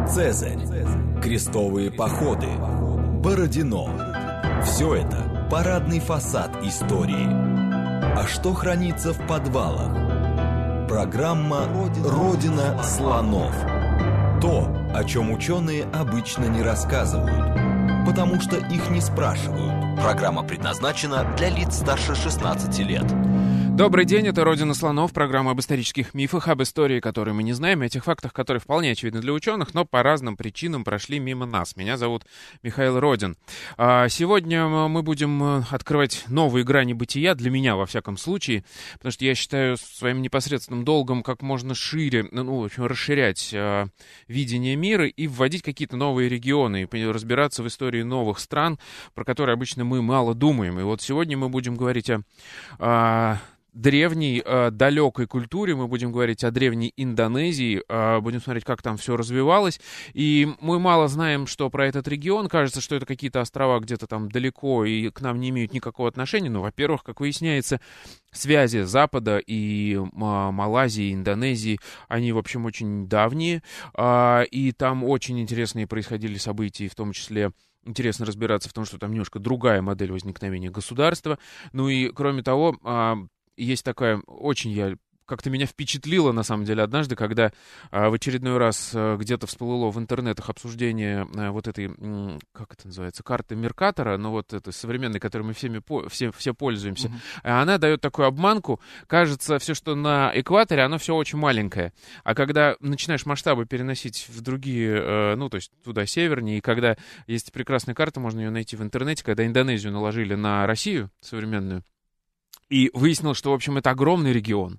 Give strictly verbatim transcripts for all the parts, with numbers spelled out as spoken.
Цезарь, крестовые походы, Бородино. Все это парадный фасад истории. А что хранится в подвалах? Программа «Родина слонов». То, о чем ученые обычно не рассказывают, потому что их не спрашивают. Программа предназначена для лиц старше шестнадцати лет. Добрый день, это «Родина слонов», программа об исторических мифах, об истории, которые мы не знаем, о тех фактах, которые вполне очевидны для ученых, но по разным причинам прошли мимо нас. Меня зовут Михаил Родин. Сегодня мы будем открывать новые грани бытия, для меня, во всяком случае, потому что я считаю своим непосредственным долгом как можно шире, ну, в общем, расширять видение мира и вводить какие-то новые регионы, и разбираться в истории новых стран, про которые обычно мы мало думаем. И вот сегодня мы будем говорить о древней, э, далекой культуре, мы будем говорить о древней Индонезии, э, будем смотреть, как там все развивалось, и мы мало знаем, что про этот регион, кажется, что это какие-то острова где-то там далеко и к нам не имеют никакого отношения, но, во-первых, как выясняется, связи Запада и э, Малайзии, Индонезии, они, в общем, очень давние, э, и там очень интересные происходили события, в том числе интересно разбираться в том, что там немножко другая модель возникновения государства, ну и, кроме того, э, есть такая, очень я, как-то меня впечатлило, на самом деле, однажды, когда а, в очередной раз а, где-то всплыло в интернетах обсуждение а, вот этой, м, как это называется, карты Меркатора, ну вот этой современной, которой мы всеми, по, все, все пользуемся, mm-hmm. она дает такую обманку, кажется, все, что на экваторе, оно все очень маленькое, а когда начинаешь масштабы переносить в другие, а, ну, то есть туда севернее, и когда есть прекрасная карта, можно ее найти в интернете, когда Индонезию наложили на Россию современную, и выяснилось, что, в общем, это огромный регион.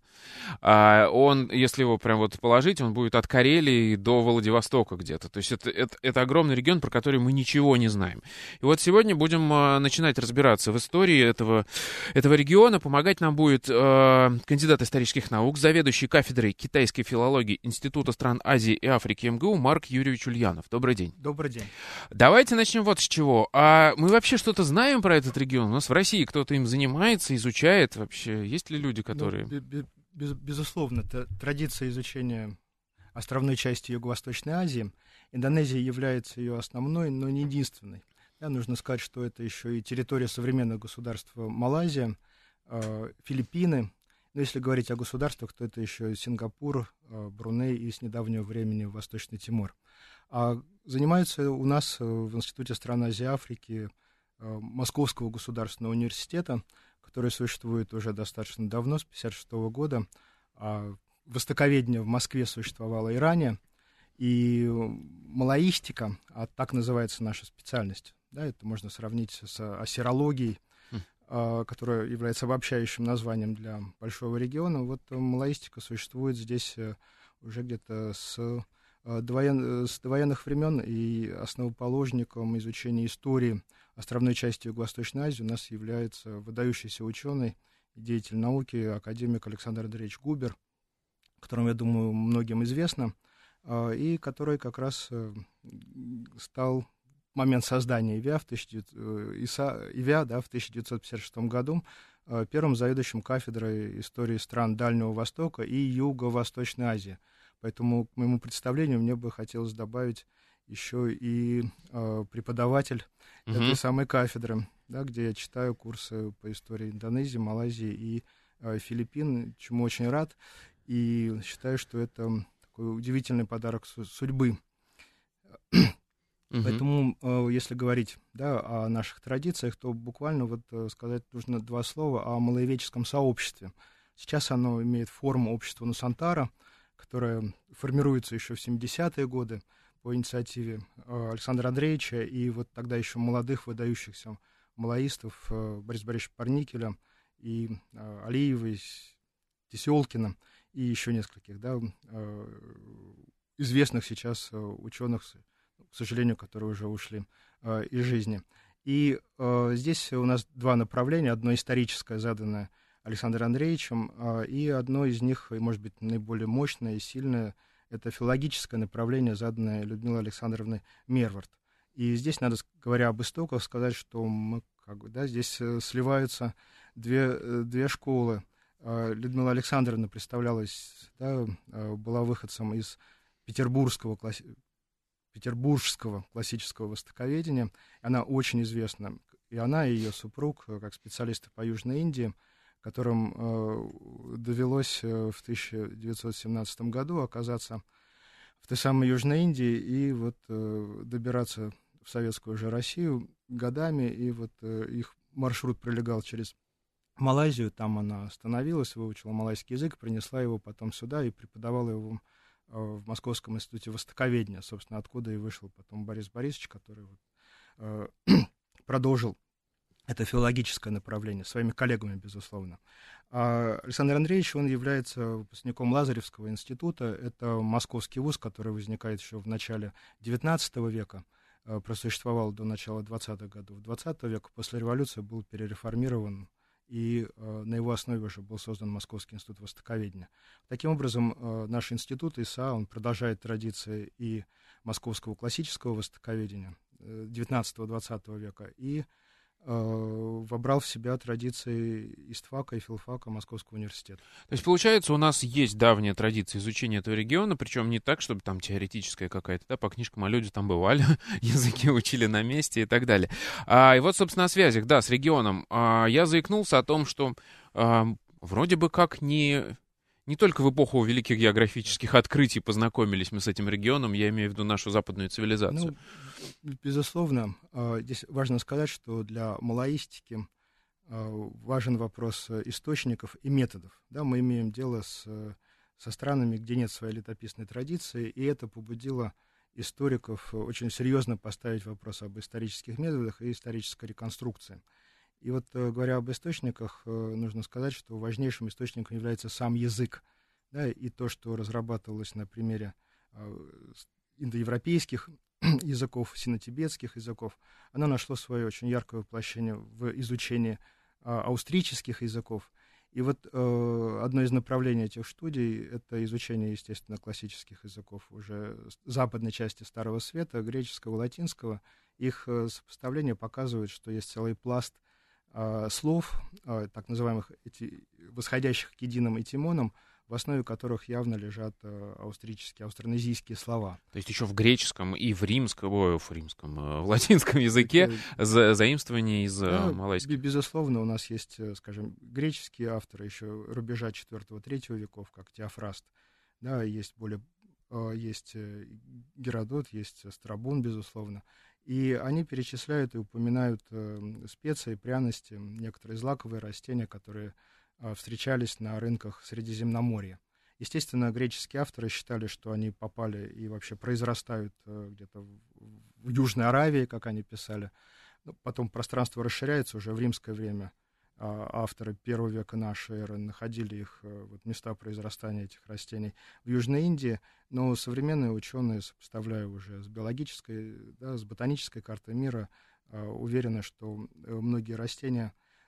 А он, если его прям вот положить, он будет от Карелии до Владивостока где-то. То есть это, это, это огромный регион, про который мы ничего не знаем. И вот сегодня будем а, начинать разбираться в истории этого, этого региона. Помогать нам будет а, кандидат исторических наук, заведующий кафедрой китайской филологии Института стран Азии и Африки эм гэ у Марк Юрьевич Ульянов. Добрый день. Добрый день. Давайте начнем вот с чего. А мы вообще что-то знаем про этот регион? У нас в России кто-то им занимается, изучает? Вообще, есть ли люди, которые... Ну, без, без, безусловно, традиция изучения островной части Юго-Восточной Азии. Индонезия является ее основной, но не единственной. Да, нужно сказать, что это еще и территория современного государства Малайзия, э, Филиппины. Но если говорить о государствах, то это еще Сингапур, э, Бруней и с недавнего времени Восточный Тимор. А занимаются у нас в Институте стран Азии и Африки э, Московского государственного университета, который существует уже достаточно давно, с тысяча девятьсот пятьдесят шестого года. А востоковедение в Москве существовало и ранее. И малаистика, а так называется наша специальность, да, это можно сравнить с ассирологией, mm. а, которая является обобщающим названием для большого региона. Вот малаистика существует здесь уже где-то с, довоен, с довоенных времен, и основоположником изучения истории островной части Юго-Восточной Азии у нас является выдающийся ученый и деятель науки, академик Александр Андреевич Губер, которому, я думаю, многим известно, и который как раз стал в момент создания ИВИА в, ИВИА, да, в тысяча девятьсот пятьдесят шестом году первым заведующим кафедрой истории стран Дальнего Востока и Юго-Восточной Азии. Поэтому, к моему представлению, мне бы хотелось добавить еще и э, преподаватель mm-hmm. этой самой кафедры, да, где я читаю курсы по истории Индонезии, Малайзии и э, Филиппин, чему очень рад, и считаю, что это такой удивительный подарок судьбы. Mm-hmm. Поэтому, э, если говорить, да, о наших традициях, то буквально вот э, сказать нужно два слова о малоеведческом сообществе. Сейчас оно имеет форму общества Нусантара, которое формируется еще в семидесятые годы по инициативе э, Александра Андреевича и вот тогда еще молодых выдающихся малаистов э, Бориса Борисовича Парникеля и э, Алиева, и Тесёлкина и еще нескольких, да, э, известных сейчас э, ученых, к сожалению, которые уже ушли э, из жизни. И э, здесь у нас два направления. Одно историческое, заданное Александром Андреевичем, э, и одно из них, может быть, наиболее мощное и сильное, это филологическое направление, заданное Людмилой Александровной Мервард. И здесь надо, говоря об истоках, сказать, что мы, как бы, да, здесь сливаются две, две школы. Людмила Александровна представлялась, да, была выходцем из петербургского класси... петербургского классического востоковедения. Она очень известна. И она, и ее супруг, как специалисты по Южной Индии, которым э, довелось э, в тысяча девятьсот семнадцатом году оказаться в той самой Южной Индии и вот э, добираться в советскую же Россию годами. И вот э, их маршрут пролегал через Малайзию. Там она остановилась, выучила малайский язык, принесла его потом сюда и преподавала его э, в Московском институте востоковедения, собственно, откуда и вышел потом Борис Борисович, который вот, э, продолжил это филологическое направление, своими коллегами, безусловно. А Александр Андреевич, он является выпускником Лазаревского института. Это московский вуз, который возникает еще в начале девятнадцатого века, просуществовал до начала двадцатых годов. В двадцатом веке после революции был перереформирован, и на его основе уже был создан Московский институт востоковедения. Таким образом, наш институт ИСА, он продолжает традиции и московского классического востоковедения девятнадцатого-двадцатого века, и вобрал в себя традиции истфака и филфака Московского университета. То есть, получается, у нас есть давняя традиция изучения этого региона, причем не так, чтобы там теоретическая какая-то, да, по книжкам, а люди там бывали, языки учили на месте и так далее. А, и вот, собственно, о связях, да, с регионом. А, я заикнулся о том, что а, вроде бы как не... Не только в эпоху великих географических открытий познакомились мы с этим регионом, я имею в виду нашу западную цивилизацию. Ну, безусловно. Здесь важно сказать, что для малаистики важен вопрос источников и методов. Да, мы имеем дело с, со странами, где нет своей летописной традиции, и это побудило историков очень серьезно поставить вопрос об исторических методах и исторической реконструкции. И вот, говоря об источниках, нужно сказать, что важнейшим источником является сам язык, да, и то, что разрабатывалось на примере индоевропейских языков, сино-тибетских языков, оно нашло свое очень яркое воплощение в изучении австрийских языков. И вот одно из направлений этих студий — это изучение, естественно, классических языков уже западной части Старого Света, греческого, латинского. Их сопоставление показывает, что есть целый пласт слов, так называемых эти, восходящих к единым этимонам, в основе которых явно лежат австрийские, аустронезийские слова. То есть еще в греческом и в римском, ой, в римском, в латинском языке за, заимствование из да, малайского. Безусловно, у нас есть, скажем, греческие авторы еще рубежа четвёртого-третьего веков, как Теофраст. Да, есть более, есть Геродот, есть Страбон, безусловно. И они перечисляют и упоминают э, специи, пряности, некоторые злаковые растения, которые э, встречались на рынках Средиземноморья. Естественно, греческие авторы считали, что они попали и вообще произрастают э, где-то в, в Южной Аравии, как они писали. Но потом пространство расширяется уже в римское время. Э, авторы первого века нашей эры находили их, э, вот, места произрастания этих растений в Южной Индии. Но современные ученые, сопоставляя уже с биологической, да, с ботанической картой мира, э, уверены, что многие растения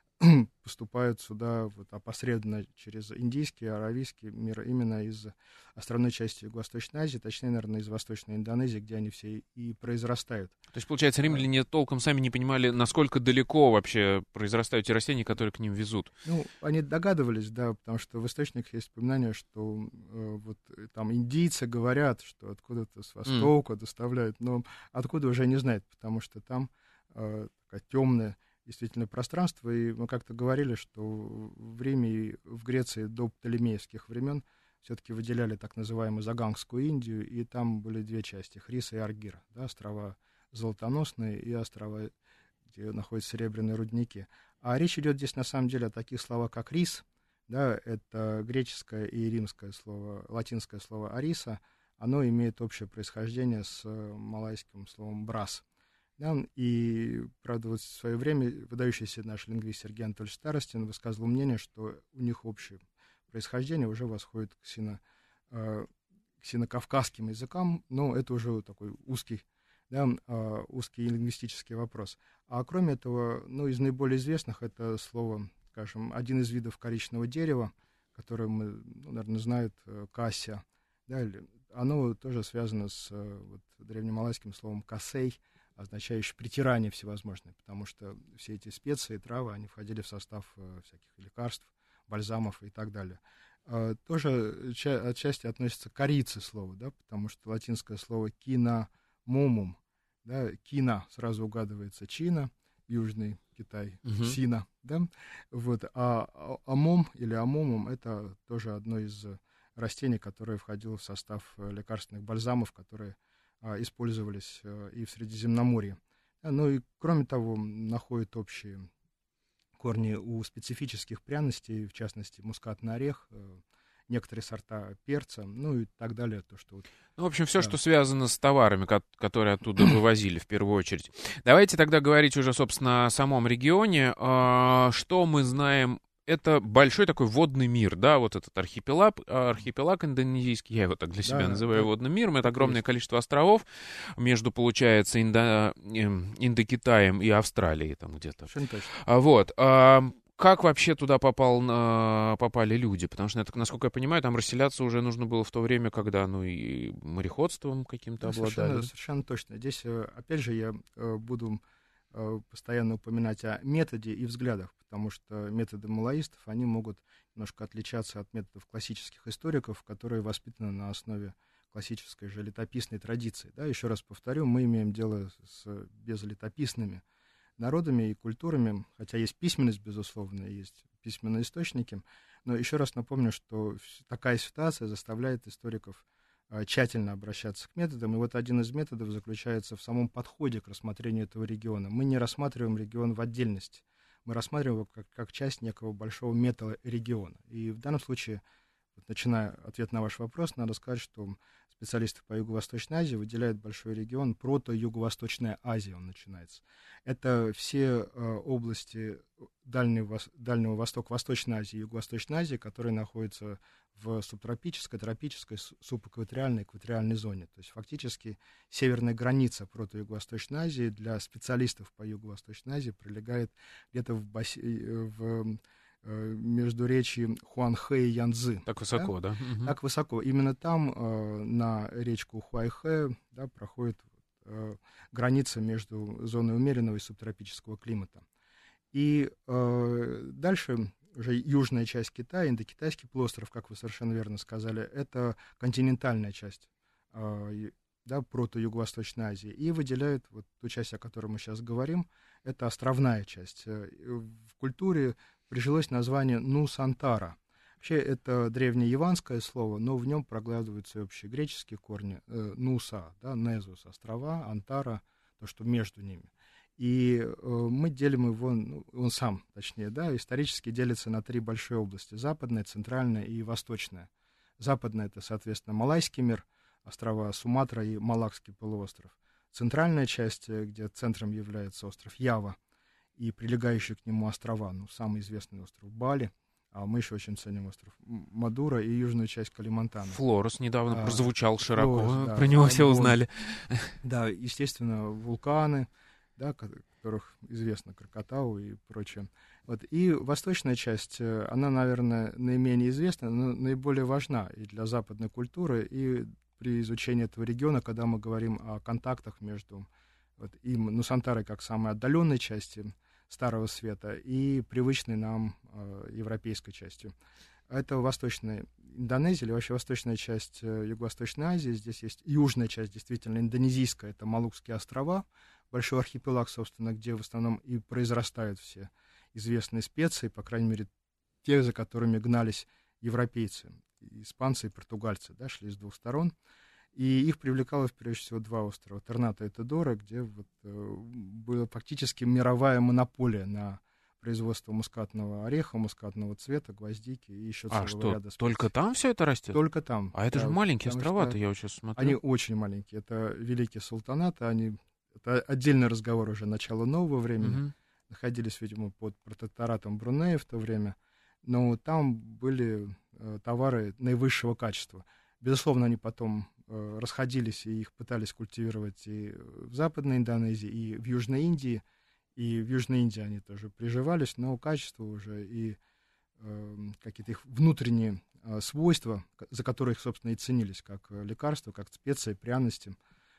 поступают сюда вот, опосредованно через индийский, аравийский мир, именно из островной части Юго-Восточной Азии, точнее, наверное, из Восточной Индонезии, где они все и произрастают. То есть, получается, римляне толком сами не понимали, насколько далеко вообще произрастают те растения, которые к ним везут? Ну, они догадывались, да, потому что в источниках есть упоминание, что э, вот там индийцы говорят, что откуда-то с востока mm. доставляют, но откуда уже не знают, потому что там э, такая темная действительно пространство, и мы как-то говорили, что в Риме и в Греции до птолемеевских времен все-таки выделяли так называемую Загангскую Индию, и там были две части — Хриса и Аргира, да, острова золотоносные и острова, где находятся серебряные рудники. А речь идет здесь на самом деле о таких словах, как рис, да, это греческое и римское слово, латинское слово ариса, оно имеет общее происхождение с малайским словом брас. Да, и, правда, вот в свое время выдающийся наш лингвист Сергей Анатольевич Старостин высказывал мнение, что у них общее происхождение уже восходит к, сино, э, к сино-кавказским языкам, но это уже такой узкий, да, э, узкий лингвистический вопрос. А кроме этого, ну, из наиболее известных это слово, скажем, один из видов коричневого дерева, которое мы, ну, наверное, знают, э, кассия, да, оно тоже связано с э, вот, древнемалайским словом касей, означающий притирание всевозможное, потому что все эти специи, травы, они входили в состав э, всяких лекарств, бальзамов и так далее. Э, тоже ча- отчасти относится к корице слово, да, потому что латинское слово «кина момум, да, кина, сразу угадывается чина, Южный Китай, Мгм. сина, да, вот, а а- амом или амомум — это тоже одно из э, растений, которое входило в состав э, лекарственных бальзамов, которые а, использовались э, и в Средиземноморье. А, Ну и, кроме того, м, находят общие корни у специфических пряностей, в частности, мускатный орех, э, некоторые сорта перца, ну и так далее, то, что вот, Ну, в общем, все, да. что связано с товарами, ко- которые оттуда вывозили в первую очередь. Давайте тогда говорить уже, собственно, о самом регионе. А, Что мы знаем? Это большой такой водный мир, да, вот этот архипелаг, а, архипелаг индонезийский, я его так для себя Да, называю так, водным миром, это так и огромное есть. количество островов между, получается, Индо, эм, Индокитаем и Австралией там где-то. Совершенно точно. А вот, а, как вообще туда попал, на- попали люди? Потому что, это, насколько я понимаю, там расселяться уже нужно было в то время, когда, ну, и мореходством каким-то Да, обладали, совершенно, да? совершенно точно. Здесь, э, опять же, я э, буду э, постоянно упоминать о методе и взглядах, потому что методы малоистов, они могут немножко отличаться от методов классических историков, которые воспитаны на основе классической же летописной традиции. Да, еще раз повторю, мы имеем дело с безлетописными народами и культурами, хотя есть письменность, безусловно, есть письменные источники, но еще раз напомню, что вс- такая ситуация заставляет историков а, тщательно обращаться к методам, и вот один из методов заключается в самом подходе к рассмотрению этого региона. Мы не рассматриваем регион в отдельности, мы рассматриваем его как, как часть некого большого метарегиона. И в данном случае, вот начиная ответ на ваш вопрос, надо сказать, что специалисты по Юго-Восточной Азии выделяют большой регион, прото-Юго-Восточная Азия он начинается. Это все э, области Дальнего, Вос- Дальнего Востока, Восточной Азии, Юго-Восточной Азии, которые находятся в субтропической, тропической, су- субэкваториальной, экваториальной зоне. То есть фактически северная граница прото-Юго-Восточной Азии для специалистов по Юго-Восточной Азии пролегает где-то в, бассе- э, в э, междуречии Хуанхэ и Янцзы. Так Да? высоко, да? Мгм. Так высоко. Именно там, э, на речку Хуайхэ, да, проходит э, граница между зоной умеренного и субтропического климата. И э, дальше уже южная часть Китая, Индокитайский полуостров, как вы совершенно верно сказали, это континентальная часть, э, и- да, прото-Юго-Восточной Азии. И выделяют вот ту часть, о которой мы сейчас говорим, это островная часть. Э, и В культуре прижилось название Нусантара. Вообще, это древнеяванское слово, но в нем проглядываются и общие греческие корни. Э, нуса, да, незус, острова, антара, то, что между ними. И э, мы делим его, ну, он сам, точнее, да, исторически делится на три большие области: западная, центральная и восточная. Западная — это, соответственно, Малайский мир, острова Суматра и Малакский полуостров. Центральная часть, э, где центром является остров Ява и прилегающие к нему острова, ну, самый известный остров Бали, а мы еще очень ценим остров М- Мадуро и южную часть Калимантана. Флорес недавно А, прозвучал Флорес, широко, да, про него все Амбон, узнали. да, естественно, вулканы, да, ко- которых известно, Кракатау и прочее. Вот. И восточная часть, э, она, наверное, наименее известна, но наиболее важна и для западной культуры, и при изучении этого региона, когда мы говорим о контактах между вот, им, Нусантарой как самой отдаленной части Старого Света и привычной нам э, европейской частью. Это восточная Индонезия или вообще восточная часть э, Юго-Восточной Азии. Здесь есть южная часть, действительно, индонезийская, это Малукские острова, большой архипелаг, собственно, где в основном и произрастают все известные специи, по крайней мере, те, за которыми гнались европейцы, испанцы и португальцы, да, шли с двух сторон. И их привлекало, прежде всего, два острова: Терната и Тедора, где вот, э, была фактически мировая монополия на производство мускатного ореха, мускатного цвета, гвоздики и еще А целого что, ряда только специй. там все это растет? Только там, А это же да, маленькие потому острова-то, что я вот сейчас они смотрю. очень маленькие. Это великие султанаты, они, это отдельный разговор уже начала нового времени. Мгм. Находились, видимо, под протекторатом Брунея в то время, но там были э, товары наивысшего качества. Безусловно, они потом э, расходились, и их пытались культивировать и в Западной Индонезии, и в Южной Индии. И в Южной Индии они тоже приживались, но качество уже и э, какие-то их внутренние э, свойства, к- за которые их, собственно, и ценились, как э, лекарства, как специи, пряности,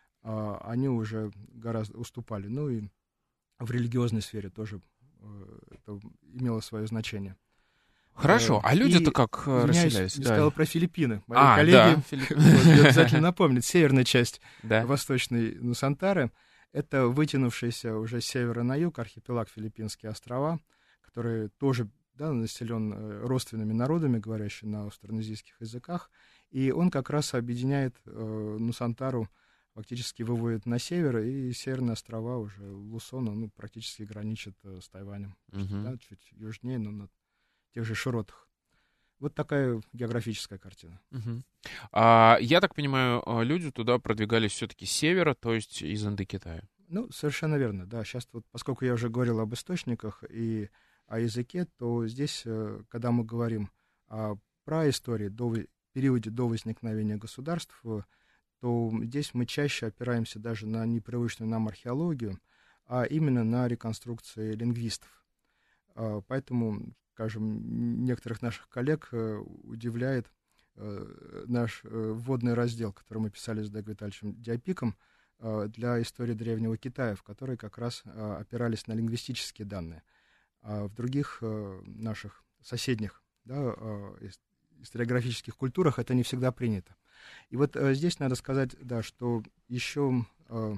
а, они уже гораздо уступали. Ну и в религиозной сфере тоже э, это имело свое значение. Хорошо, а люди-то как э, расселялись? Я Да. сказал про Филиппины. Мои А, коллеги да, Филипп- вот, обязательно напомнят. Северная часть Да. восточной Нусантары — это вытянувшийся уже с севера на юг архипелаг Филиппинские острова, который тоже, да, населен э, родственными народами, говорящими на аустронезийских языках. И он как раз объединяет э, Нусантару, фактически выводит на север, и северные острова уже Лусона, ну, практически граничат э, с Тайванем. Мгм. Да, чуть южнее, но на тех же широтах. Вот такая географическая картина. Мгм. А, я так понимаю, а, люди туда продвигались все-таки с севера, то есть из Индокитая. Ну, совершенно верно, да. Сейчас вот, поскольку я уже говорил об источниках и о языке, то здесь, э, когда мы говорим о праистории, до, вы- периоде до возникновения государств, э, то здесь мы чаще опираемся даже на непривычную нам археологию, а именно на реконструкции лингвистов. А, Поэтому, скажем, некоторых наших коллег э, удивляет э, наш э, вводный раздел, который мы писали с Даг Витальевичем Диапиком, э, для истории Древнего Китая, в которой как раз э, опирались на лингвистические данные. А в других э, наших соседних, да, э, ис- историографических культурах это не всегда принято. И вот э, здесь надо сказать, да, что еще э,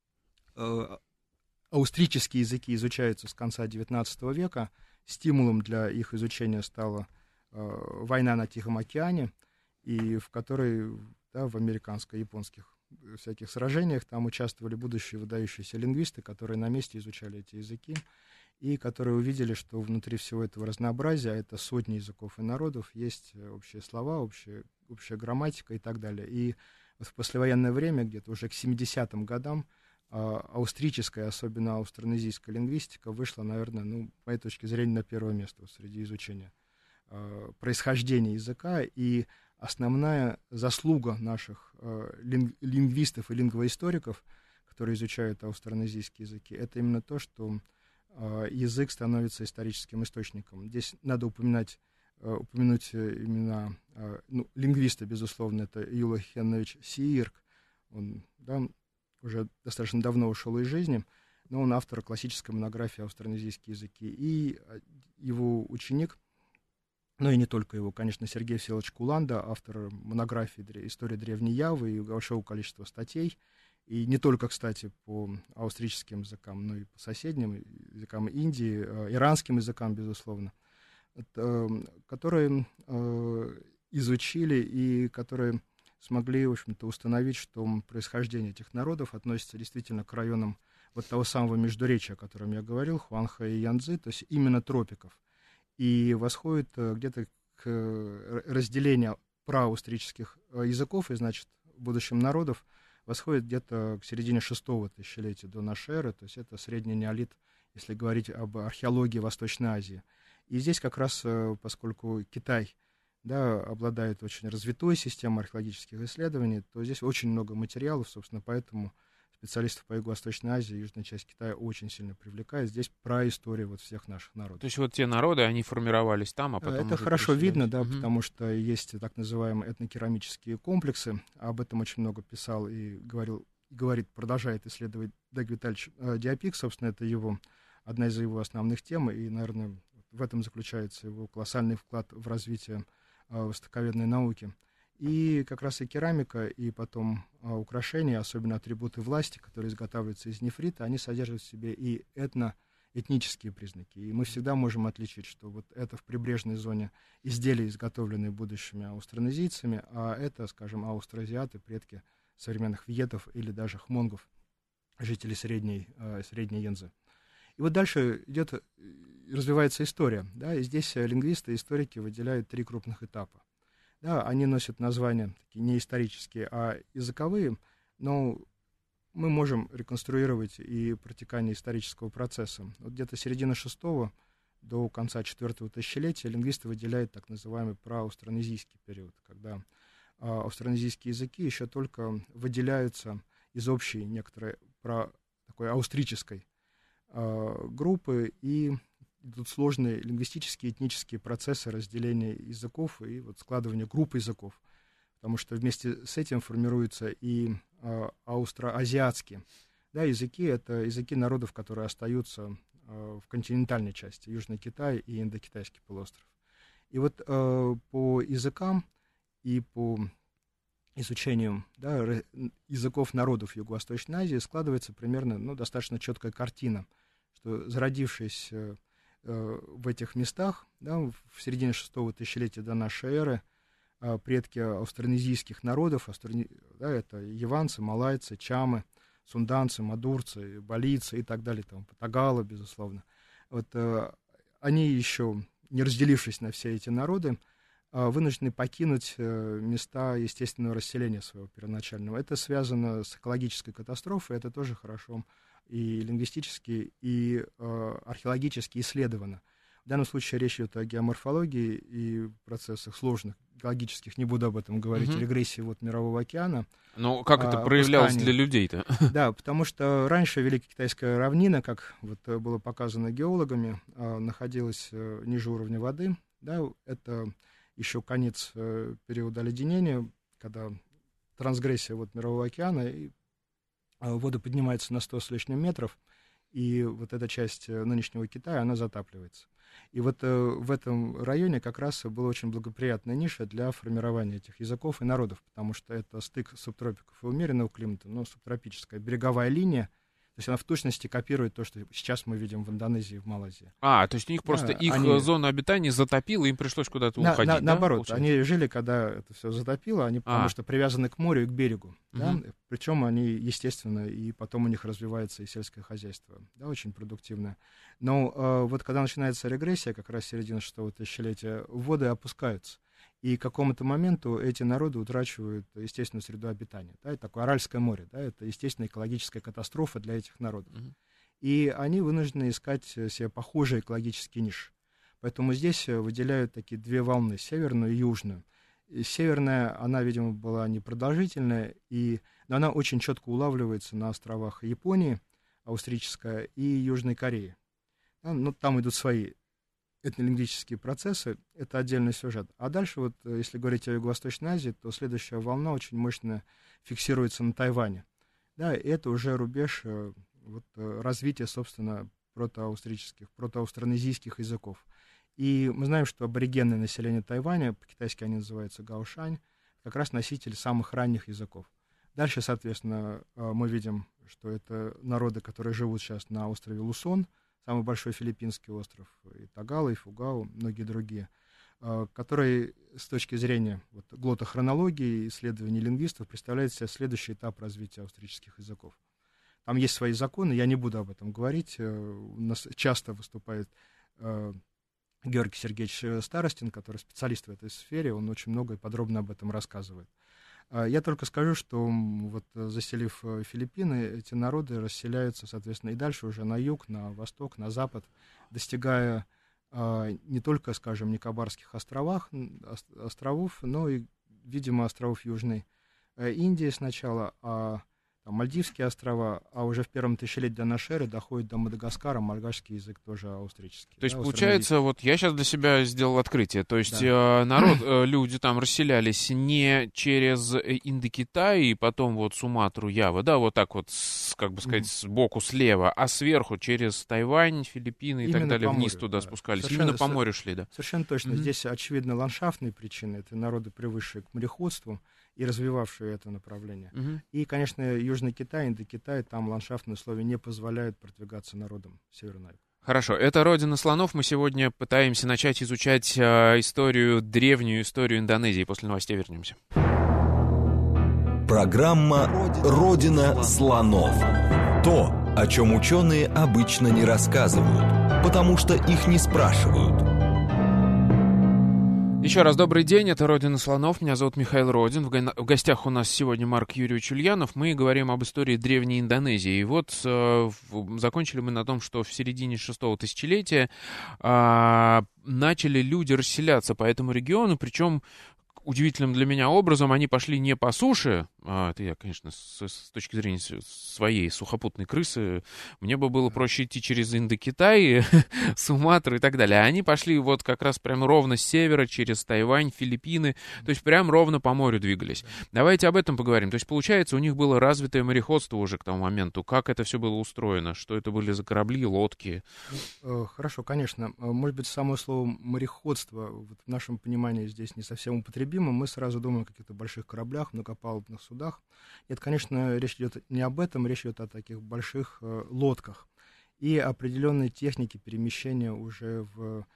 э, аустрийские языки изучаются с конца девятнадцатого века. Стимулом для их изучения стала э, война на Тихом океане, и в которой, да, в американско-японских всяких сражениях там участвовали будущие выдающиеся лингвисты, которые на месте изучали эти языки, и которые увидели, что внутри всего этого разнообразия, а это сотни языков и народов, есть э, общие слова, общая, общая грамматика и так далее. И вот в послевоенное время, где-то уже к семидесятым годам, а, австрийская, особенно аустронезийская лингвистика вышла, наверное, ну, с моей точки зрения, на первое место вот среди изучения а, происхождения языка. И основная заслуга наших а, линг- лингвистов и лингвоисториков, которые изучают аустронезийские языки, это именно то, что а, язык становится историческим источником. Здесь надо упоминать, а, упомянуть э, имена а, ну, лингвиста, безусловно, это Юлах Хеннович Сиирк. Он, да, уже достаточно давно ушел из жизни, но он автор классической монографии «Аустронезийские языки». И а, его ученик, ну и не только его, конечно, Сергей Всеволодович Куланда, автор монографии дре- «История Древней Явы» и большого количества статей, и не только, кстати, по австрийским языкам, но и по соседним языкам Индии, э, иранским языкам, безусловно, это, э, которые э, изучили и которые смогли, в общем-то, установить, что происхождение этих народов относится действительно к районам вот того самого междуречия, о котором я говорил, Хуанхэ и Янцзы, то есть именно тропиков. И восходит э, где-то к э, разделению праустрических э, языков и, значит, в будущем народов, восходит где-то к середине шестого тысячелетия до нашей эры, то есть это средний неолит, если говорить об археологии Восточной Азии. И здесь как раз, э, поскольку Китай, да, обладает очень развитой системой археологических исследований, то здесь очень много материалов, собственно, поэтому специалистов по Юго-Восточной Азии, южная часть Китая очень сильно привлекает. Здесь про историю вот всех наших народов. То есть вот те народы, они формировались там, а потом Это уже хорошо видно, переселялись. да, Мгм. потому что есть так называемые этнокерамические комплексы. Об этом очень много писал и говорил, и говорит, продолжает исследовать Даг Витальевич э, Диапик. Собственно, это его, одна из его основных тем, и, наверное, в этом заключается его колоссальный вклад в развитие э, востоковедной науки. И как раз и керамика, и потом а, украшения, особенно атрибуты власти, которые изготавливаются из нефрита, они содержат в себе и этно-этнические признаки. И мы всегда можем отличить, что вот это в прибрежной зоне изделия, изготовленные будущими аустронезийцами, а это, скажем, аустроазиаты, предки современных вьетов или даже хмонгов, жителей Средней, э, Средней Янзы. И вот дальше идет, развивается история. Да, и здесь лингвисты и историки выделяют три крупных этапа. Да, они носят названия такие не исторические, а языковые, но мы можем реконструировать и протекание исторического процесса. Вот где-то с середины шестого до конца четвертого тысячелетия лингвисты выделяют так называемый прааустронезийский период, когда а, аустронезийские языки еще только выделяются из общей некоторой про, такой аустрической а, группы, и идут сложные лингвистические, этнические процессы разделения языков и вот складывания групп языков, потому что вместе с этим формируются и э, аустроазиатские, да, языки. Это языки народов, которые остаются э, в континентальной части, Южный Китай и Индокитайский полуостров. И вот э, по языкам и по изучению, да, языков народов Юго-Восточной Азии складывается примерно, ну, достаточно четкая картина, что зародившись э, э, в этих местах, да, в середине шестого тысячелетия до нашей эры, э, предки аустронезийских народов, австроне... да, это яванцы, малайцы, чамы, сунданцы, мадурцы, балийцы и так далее, там, патагалы, безусловно. Вот э, они еще, не разделившись на все эти народы, вынуждены покинуть места естественного расселения своего первоначального. Это связано с экологической катастрофой, это тоже хорошо и лингвистически, и э, археологически исследовано. В данном случае речь идет о геоморфологии и процессах сложных, геологических, не буду об этом говорить, mm-hmm. регрессии вот Мирового океана. Ну, как это проявлялось опускание. Для людей-то? Да, потому что раньше Великая Китайская равнина, как вот было показано геологами, находилась ниже уровня воды. Да, это еще конец э, периода оледенения, когда трансгрессия вот Мирового океана, и э, вода поднимается на сто с лишним метров, и вот эта часть э, нынешнего Китая, она затапливается. И вот э, в этом районе как раз была очень благоприятная ниша для формирования этих языков и народов, потому что это стык субтропиков и умеренного климата, но субтропическая береговая линия, то есть она в точности копирует то, что сейчас мы видим в Индонезии и в Малайзии. А, то есть у них просто да, их они... зону обитания затопило, им пришлось куда-то на, уходить, на, да? Наоборот, получается? Они жили, когда это все затопило, они, потому а. что привязаны к морю и к берегу. Угу. Да? Причем они, естественно, и потом у них развивается и сельское хозяйство, да, очень продуктивное. Но э, вот когда начинается регрессия, как раз середина шестого тысячелетия, воды опускаются. И к какому-то моменту эти народы утрачивают естественную среду обитания. Да, это такое Аральское море, да, это естественная экологическая катастрофа для этих народов. Mm-hmm. И они вынуждены искать себе похожие экологические ниши. Поэтому здесь выделяют такие две волны, северную и южную. И северная, она, видимо, была непродолжительная, и, но она очень четко улавливается на островах Японии, австрийская, и Южной Кореи. Да, ну, там идут свои этнолингвические процессы, это отдельный сюжет. А дальше, вот, если говорить о Юго-Восточной Азии, то следующая волна очень мощно фиксируется на Тайване. Да, и это уже рубеж вот, развития, собственно, протоавстрийских, протоаустронезийских языков. И мы знаем, что аборигенное население Тайваня, по-китайски они называются гаошань, как раз носители самых ранних языков. Дальше, соответственно, мы видим, что это народы, которые живут сейчас на острове Лусон, самый большой филиппинский остров, и Тагала, и Фугау, многие другие, которые с точки зрения вот, глотохронологии и исследований лингвистов представляют себе следующий этап развития австрийских языков. Там есть свои законы, я не буду об этом говорить. У нас часто выступает Георгий Сергеевич Старостин, который специалист в этой сфере, он очень много и подробно об этом рассказывает. Я только скажу, что вот, заселив Филиппины, эти народы расселяются, соответственно, и дальше уже на юг, на восток, на запад, достигая а, не только, скажем, Никобарских островах, островов, но и, видимо, островов Южной Индии сначала, а там, Мальдивские острова, а уже в первом тысячелетии до нашей эры доходит до Мадагаскара, мальгашский язык тоже австрийский. То есть, да, получается, вот я сейчас для себя сделал открытие, то есть да. э, народ, э, люди там расселялись не через Индокитай и потом вот Суматру, Яву, да, вот так вот, с, как бы сказать, mm-hmm. сбоку слева, а сверху через Тайвань, Филиппины и Именно так далее, вниз морю, туда да. спускались, совершенно, именно по морю шли, да? Совершенно точно, mm-hmm. здесь очевидно ландшафтные причины, это народы, привыкшие к мореходству и развивавшие это направление. Mm-hmm. И, конечно, Южный Китай, Индокитай, там ландшафтные условия не позволяют продвигаться народам северного. Хорошо, это «Родина слонов». Мы сегодня пытаемся начать изучать э, историю, древнюю историю Индонезии. После новостей вернемся. Программа «Родина слонов». То, о чем ученые обычно не рассказывают, потому что их не спрашивают. Еще раз добрый день, это «Родина слонов», меня зовут Михаил Родин, в, го- в гостях у нас сегодня Марк Юрьевич Ульянов, мы говорим об истории древней Индонезии. И вот э, в, закончили мы на том, что в середине шестого тысячелетия э, начали люди расселяться по этому региону, причем удивительным для меня образом они пошли не по суше, а, это я, конечно, с, с точки зрения своей сухопутной крысы, мне бы было проще идти через Индокитай, Суматру и так далее. А они пошли вот как раз прям ровно с севера, через Тайвань, Филиппины, то есть прям ровно по морю двигались. Давайте об этом поговорим. То есть, получается, у них было развитое мореходство уже к тому моменту. Как это все было устроено? Что это были за корабли, лодки? Хорошо, конечно. Может быть, само слово «мореходство» вот в нашем понимании здесь не совсем употребимо. Мы сразу думаем о каких-то больших кораблях, многопалубных судах. Нет, конечно, речь идет не об этом, речь идет о таких больших э, лодках и определенной технике перемещения уже в,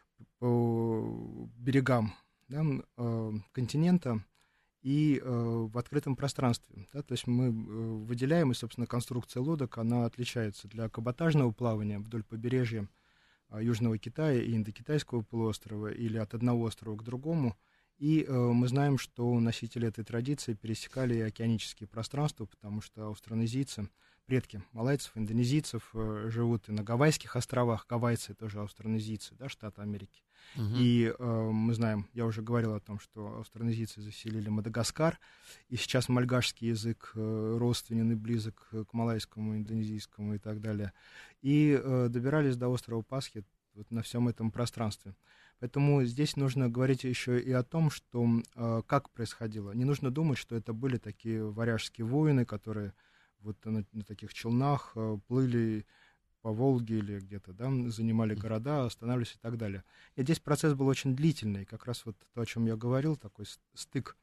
по берегам, да, э, континента и э, в открытом пространстве. Да, то есть мы э, выделяем, и, собственно, конструкция лодок, она отличается для каботажного плавания вдоль побережья э, Южного Китая и Индокитайского полуострова или от одного острова к другому. И э, мы знаем, что носители этой традиции пересекали океанические пространства, потому что аустронезийцы, предки малайцев, индонезийцев, э, живут и на Гавайских островах. Гавайцы тоже аустронезийцы, да, штаты Америки. Uh-huh. И э, мы знаем, я уже говорил о том, что аустронезийцы заселили Мадагаскар, и сейчас мальгашский язык э, родственен и близок к малайскому, индонезийскому и так далее. И э, добирались до острова Пасхи вот на всем этом пространстве. Поэтому здесь нужно говорить еще и о том, что э, как происходило. Не нужно думать, что это были такие варяжские воины, которые вот на, на таких челнах э, плыли по Волге или где-то, да, занимали города, останавливались и так далее. И здесь процесс был очень длительный. Как раз вот то, о чем я говорил, такой стык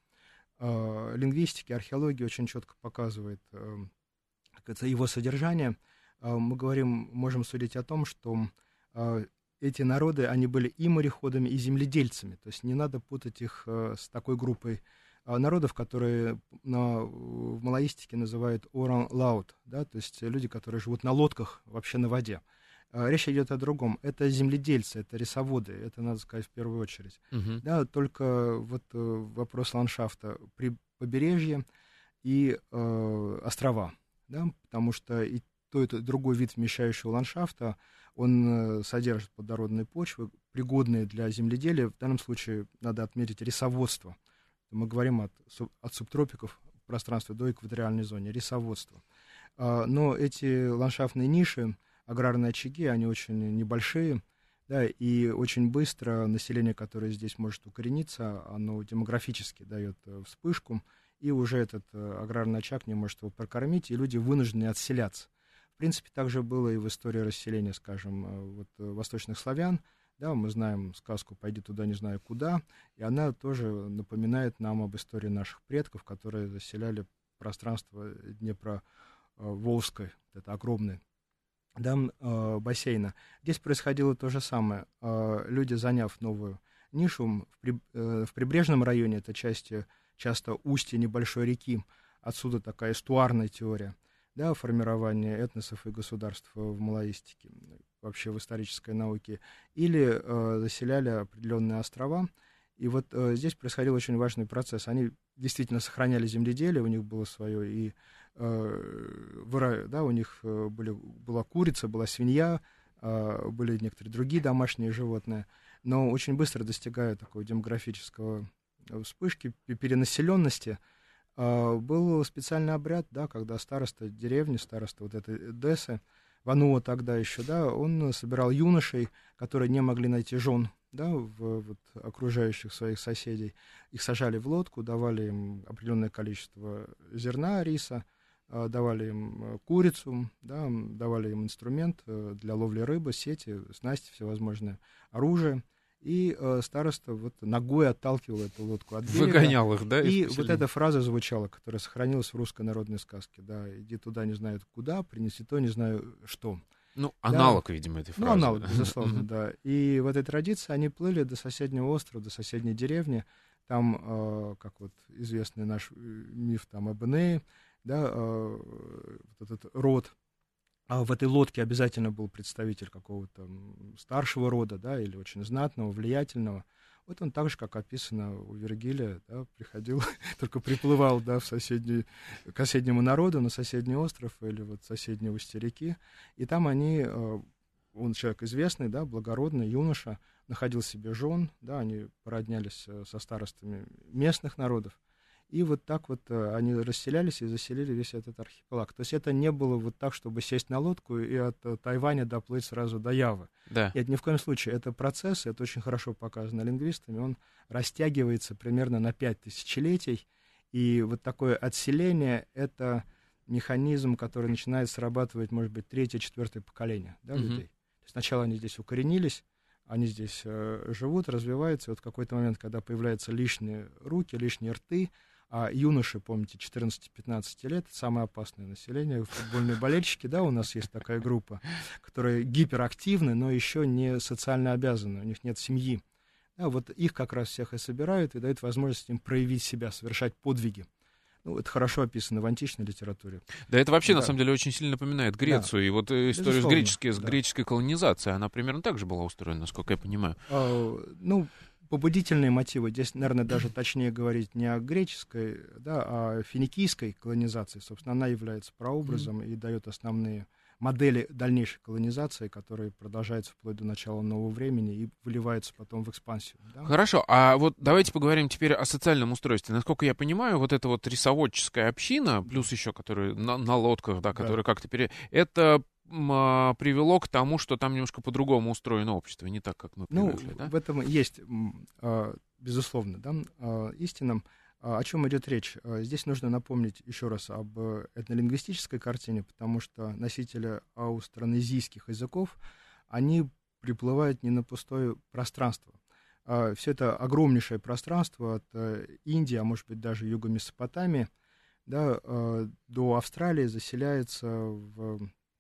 э, лингвистики, археологии очень четко показывает э, это его содержание. Э, мы говорим, можем судить о том, что э, эти народы, они были и мореходами, и земледельцами. То есть не надо путать их э, с такой группой э, народов, которые на, в малаистике называют оран-лаут, да, то есть люди, которые живут на лодках вообще на воде. Э, речь идет о другом. Это земледельцы, это рисоводы, это надо сказать в первую очередь. Uh-huh. Да, только вот э, вопрос ландшафта при побережье и э, острова, да, потому что и то, это другой вид вмещающего ландшафта, он содержит плодородные почвы, пригодные для земледелия. В данном случае надо отметить рисоводство. Мы говорим от, от субтропиков пространства до экваториальной зоны, рисоводство. Но эти ландшафтные ниши, аграрные очаги, они очень небольшие, да, и очень быстро население, которое здесь может укорениться, оно демографически дает вспышку, и уже этот аграрный очаг не может его прокормить, и люди вынуждены отселяться. В принципе, так же было и в истории расселения, скажем, вот, восточных славян. Да, мы знаем сказку «Пойди туда, не знаю куда», и она тоже напоминает нам об истории наших предков, которые заселяли пространство Днепро-Волжской, это огромное, да, бассейна. Здесь происходило то же самое. Люди, заняв новую нишу в, при, в прибрежном районе, это части, часто устье небольшой реки, отсюда такая эстуарная теория, да, формирование этносов и государств в малаистике, вообще в исторической науке, или э, заселяли определенные острова. И вот э, здесь происходил очень важный процесс. Они действительно сохраняли земледелие, у них было свое, и э, выра, да, у них были, была курица, была свинья, э, были некоторые другие домашние животные, но очень быстро достигая такой демографического вспышки, перенаселенности, был специальный обряд, да, когда староста деревни, староста вот этой Десы, Вануа тогда еще, да, он собирал юношей, которые не могли найти жен, да, в вот, окружающих своих соседей. Их сажали в лодку, давали им определенное количество зерна, риса, давали им курицу, да, давали им инструмент для ловли рыбы, сети, снасти, всевозможные, оружие. И э, староста вот ногой отталкивал эту лодку от берега. Выгонял их, да? И вот эта фраза звучала, которая сохранилась в русской народной сказке. Да, иди туда, не знаю куда, принеси то, не знаю что. Ну, аналог, да, видимо, этой фразы. Ну, аналог, безусловно, да. И в этой традиции они плыли до соседнего острова, до соседней деревни. Там, э, как вот известный наш миф там об Энее, да, э, вот этот род. А в этой лодке обязательно был представитель какого-то старшего рода, да, или очень знатного, влиятельного. Вот он так же, как описано у Вергилия, да, приходил, только приплывал, да, в соседний, к соседнему народу, на соседний остров или вот соседней устье реки. И там они, он человек известный, да, благородный, юноша, находил себе жен, да, они породнялись со старостами местных народов. И вот так вот э, они расселялись и заселили весь этот архипелаг. То есть это не было вот так, чтобы сесть на лодку и от э, Тайваня доплыть сразу до Явы. Да. Нет, ни в коем случае. Это процесс, это очень хорошо показано лингвистами, он растягивается примерно на пять тысячелетий. И вот такое отселение — это механизм, который начинает срабатывать, может быть, третье, четвертое поколение, да, Мгм. людей. То есть сначала они здесь укоренились, они здесь э, живут, развиваются. И вот в какой-то момент, когда появляются лишние руки, лишние рты, а юноши, помните, четырнадцать-пятнадцать лет, это самое опасное население, футбольные болельщики, да, у нас есть такая группа, которые гиперактивны, но еще не социально обязаны, у них нет семьи. Да, вот их как раз всех и собирают и дают возможность им проявить себя, совершать подвиги. Ну, это хорошо описано в античной литературе. Да, это вообще, Да. на самом деле, очень сильно напоминает Грецию. И вот э, история с, Безусловно, греческой, с да. греческой колонизацией, она примерно так же была устроена, насколько я понимаю. А, ну, побудительные мотивы, здесь, наверное, даже точнее говорить не о греческой, да, а о финикийской колонизации. Собственно, она является прообразом и дает основные модели дальнейшей колонизации, которые продолжаются вплоть до начала нового времени и выливаются потом в экспансию. Да? Хорошо, а вот давайте поговорим теперь о социальном устройстве. Насколько я понимаю, вот эта вот рисоводческая община, плюс еще которые на, на лодках, да, которые как-то пере... Это м, а, привело к тому, что там немножко по-другому устроено общество, не так, как мы Ну, привыкли, да? в этом есть, м, а, безусловно, да, а, истина. А, О чем идет речь? А, Здесь нужно напомнить еще раз об э, этнолингвистической картине, потому что носители аустронезийских языков, они приплывают не на пустое пространство. Все это огромнейшее пространство от э, Индии, а может быть даже юга Месопотамии, да, э, до Австралии заселяется в,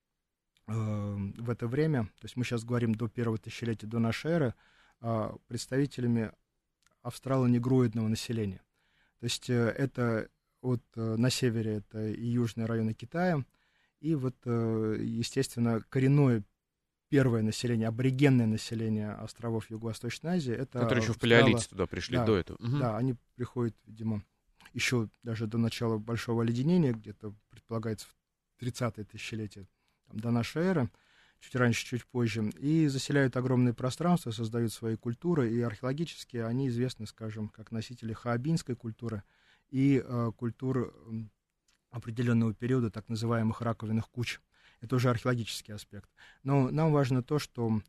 э, в это время, то есть мы сейчас говорим до первого тысячелетия до нашей эры, э, представителями австрало-негроидного населения. То есть э, это вот э, на севере это и южные районы Китая, и вот, э, естественно, коренное первое население, аборигенное население островов Юго-Восточной Азии, это Которые еще в австрало- палеолите туда пришли, да, до этого. Мгм. Да, они приходят, видимо, еще даже до начала Большого оледенения, где-то предполагается в тридцатое тысячелетие там, до нашей эры, чуть раньше, чуть позже, и заселяют огромные пространства, создают свои культуры, и археологически они известны, скажем, как носители хаобинской культуры и э, культур м, определенного периода, так называемых раковинных куч. Это уже археологический аспект. Но нам важно то, что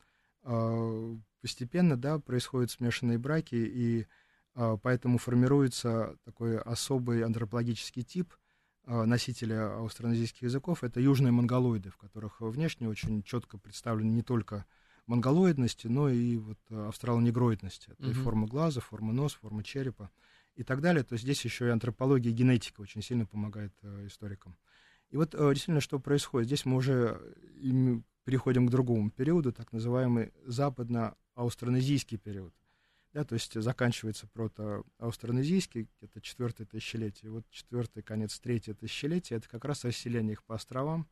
э, постепенно, да, происходят смешанные браки, и э, поэтому формируется такой особый антропологический тип э, носителя аустронезийских языков. Это южные монголоиды, в которых внешне очень четко представлены не только монголоидности, но и вот австралонегроидности. Это и Мгм. форма глаза, форма носа, форма черепа и так далее. То есть здесь еще и антропология и генетика очень сильно помогает э, историкам. И вот э, действительно, что происходит? Здесь мы уже им переходим к другому периоду, так называемый западно-аустронезийский период. Да, то есть заканчивается прото-аустронезийский, где-то четвертое тысячелетие. Вот четвертый, конец третье тысячелетие, это как раз расселение их по островам.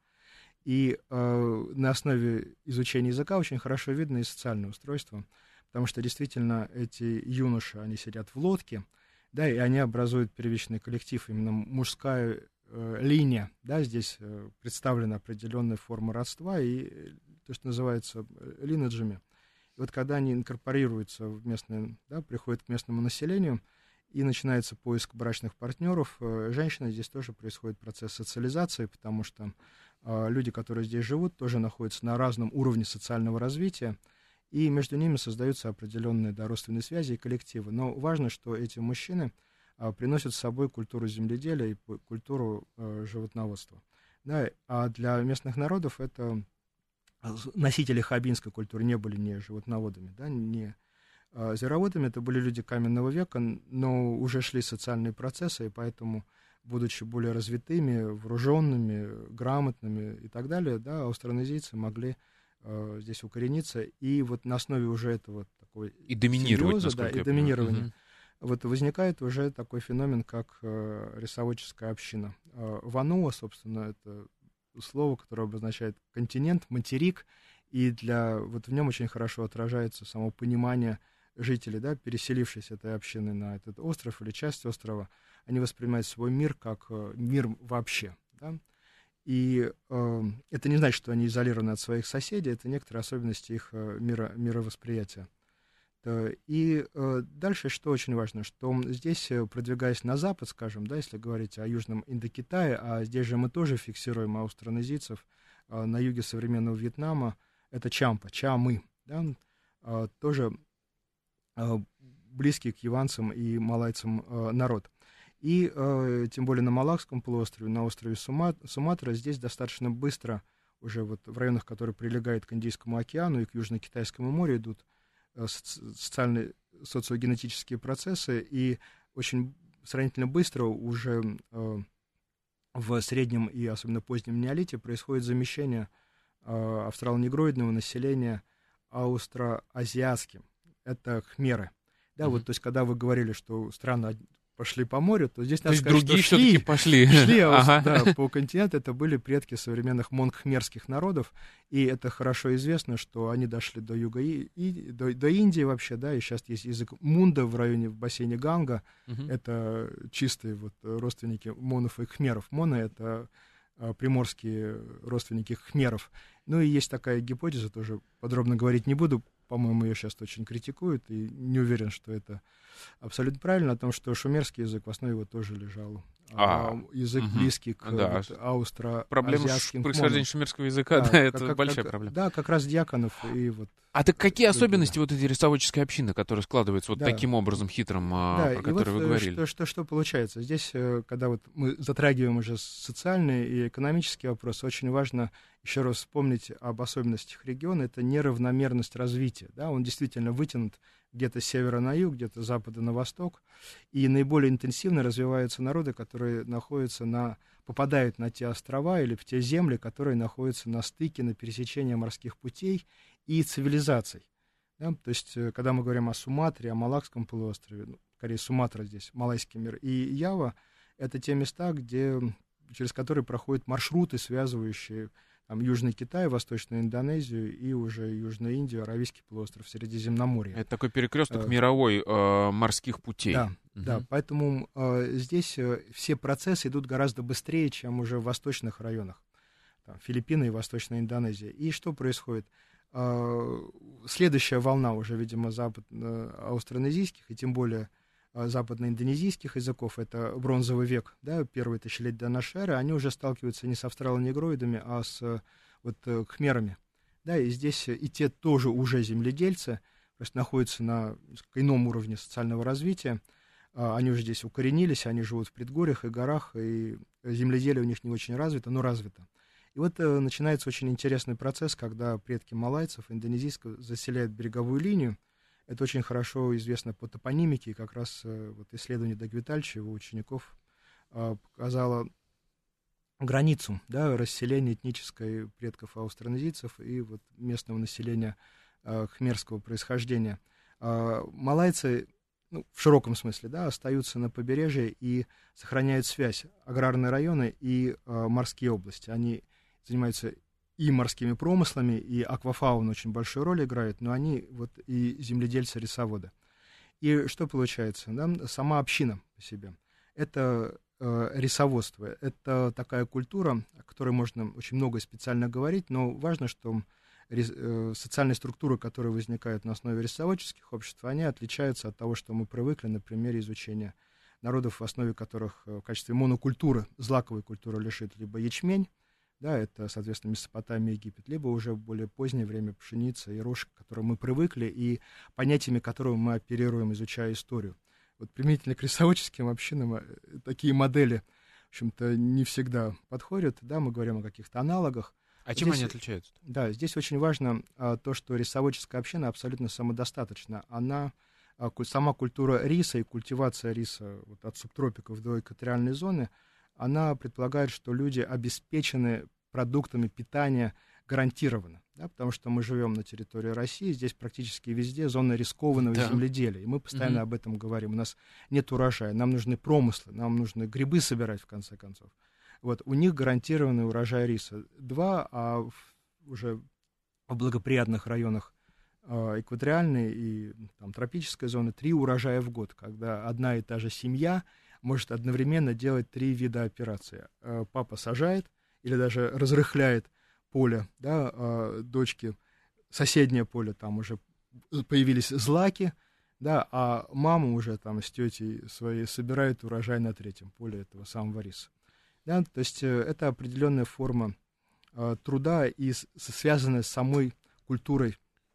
И э, на основе изучения языка очень хорошо видно и социальное устройство, потому что действительно эти юноши, они сидят в лодке, да, и они образуют первичный коллектив, именно мужская э, линия, да, здесь э, представлена определенная форма родства и э, то, что называется линеджами. И вот когда они инкорпорируются в местное, да, приходят к местному населению, и начинается поиск брачных партнеров, э, женщины, здесь тоже происходит процесс социализации, потому что э, люди, которые здесь живут, тоже находятся на разном уровне социального развития, и между ними создаются определенные, да, родственные связи и коллективы. Но важно, что эти мужчины а, приносят с собой культуру земледелия и pu- культуру а, животноводства. Да, а для местных народов это а, с- носители хаобинской культуры не были не животноводами, да, не а, звероводами, это были люди каменного века, н- но уже шли социальные процессы, и поэтому, будучи более развитыми, вооруженными, грамотными и так далее, да, аустронезийцы могли здесь укорениться, и вот на основе уже этого такой И доминировать, симбиоза, насколько да, и я доминирования, понимаю. вот возникает уже такой феномен, как э, рисоводческая община. Э, Вануа, собственно, это слово, которое обозначает континент, материк, и для, вот в нем очень хорошо отражается само понимание жителей, да, переселившись этой общины на этот остров или часть острова, они воспринимают свой мир как э, мир вообще, да. И э, это не значит, что они изолированы от своих соседей, это некоторые особенности их э, мира, мировосприятия. И э, дальше, что очень важно, что здесь, продвигаясь на запад, скажем, да, если говорить о Южном Индокитае, а здесь же мы тоже фиксируем аустронезийцев э, на юге современного Вьетнама, это чампа, чамы, да, э, тоже э, близкий к яванцам и малайцам э, народ. И э, тем более на Малакском полуострове, на острове Сума, Суматра, здесь достаточно быстро, уже вот в районах, которые прилегают к Индийскому океану и к Южно-Китайскому морю, идут социальные, социогенетические процессы, и очень сравнительно быстро уже э, в среднем и особенно позднем неолите происходит замещение э, австралонегроидного населения аустроазиатским. Это хмеры. Да, mm-hmm. вот, то есть, когда вы говорили, что страны пошли по морю, то здесь то надо есть сказать, другие что шли, пошли, шли ага. да, по континенту, это были предки современных монгхмерских народов, и это хорошо известно, что они дошли до юга и, и до, до Индии вообще, да, и сейчас есть язык мунда в районе, в бассейне Ганга, угу. это чистые вот родственники монов и хмеров. Моны — это а, приморские родственники хмеров. Ну и есть такая гипотеза, тоже подробно говорить не буду, по-моему, ее сейчас очень критикуют, и не уверен, что это абсолютно правильно, о том, что шумерский язык в основе его тоже лежал. А, а, язык угу. близкий к да. вот, аустро-азиатским Проблема происхождения шумерского языка, да, да это как, большая как, проблема. Да, как раз дьяконов и вот... А так какие особенности да. вот этой рисоводческой общины, которая складывается вот да. таким образом хитрым, да, про который вот вы говорили? Что, что, что получается? Здесь, когда вот мы затрагиваем уже социальные и экономические вопросы, очень важно еще раз вспомнить об особенностях региона. Это неравномерность развития. Да? Он действительно вытянут где-то с севера на юг, где-то с запада на восток. И наиболее интенсивно развиваются народы, которые находятся на, попадают на те острова или в те земли, которые находятся на стыке, на пересечении морских путей и цивилизаций. Да? То есть, когда мы говорим о Суматре, о Малакском полуострове, ну, скорее Суматра здесь, Малайский мир, и Ява, это те места, где, через которые проходят маршруты, связывающие там, Южный Китай, Восточную Индонезию и уже Южную Индию, Аравийский полуостров, Средиземноморье. Это такой перекресток э, мировой э, морских путей. Да, угу. да, поэтому э, здесь э, все процессы идут гораздо быстрее, чем уже в восточных районах, там, Филиппины и Восточная Индонезия. И что происходит? Э, следующая волна уже, видимо, западно-аустронезийских и тем более западно-индонезийских языков, это бронзовый век, да, первые тысячелетия до нашей эры, они уже сталкиваются не с австралонегроидами, а с вот, хмерами. Да, и здесь и те тоже уже земледельцы, то есть находятся на ином уровне социального развития, они уже здесь укоренились, они живут в предгорьях и горах, и земледелие у них не очень развито, но развито. И вот э, начинается очень интересный процесс, когда предки малайцев, индонезийского, заселяют береговую линию. Это очень хорошо известно по топонимике, и как раз э, вот исследование Дагвитальча, его учеников, э, показало границу, да, расселения этнической предков аустронезийцев и вот местного населения э, хмерского происхождения. Э, малайцы, ну, в широком смысле, да, остаются на побережье и сохраняют связь. Аграрные районы и э, морские области. Они занимаются и морскими промыслами, и аквафауна очень большую роль играет, но они вот и земледельцы-рисоводы. И что получается? Да? Сама община по себе — это э, рисоводство, это такая культура, о которой можно очень много специально говорить, но важно, что рис, э, социальные структуры, которые возникают на основе рисоводческих обществ, они отличаются от того, что мы привыкли на примере изучения народов, в основе которых в качестве монокультуры, злаковой культуры лежит либо ячмень, да, это, соответственно, Месопотамия, Египет, либо уже в более позднее время пшеница и рожь, к которым мы привыкли, и понятиями которого мы оперируем, изучая историю. Вот применительно к рисоводческим общинам такие модели, в общем-то, не всегда подходят, да, мы говорим о каких-то аналогах. А чем здесь, они отличаются? Да, здесь очень важно а, то, что рисоводческая община абсолютно самодостаточна. Она, а, сама культура риса и культивация риса вот, от субтропиков до экваториальной зоны, она предполагает, что люди обеспечены продуктами питания гарантированно, да, потому что мы живем на территории России, здесь практически везде зона рискованного да. земледелия, и мы постоянно mm-hmm. об этом говорим. У нас нет урожая, нам нужны промыслы, нам нужны грибы собирать, в конце концов. Вот, у них гарантированный урожай риса. Два, а в, уже в благоприятных районах э, экваториальной и там, тропической зоны три урожая в год, когда одна и та же семья может одновременно делать три вида операций. Папа сажает или даже разрыхляет поле, да, дочки соседнее поле там уже появились злаки, да, а мама уже там с тетей своей собирает урожай на третьем поле этого самого риса. Да, то есть это определенная форма э, труда и с, связанная с самой культурой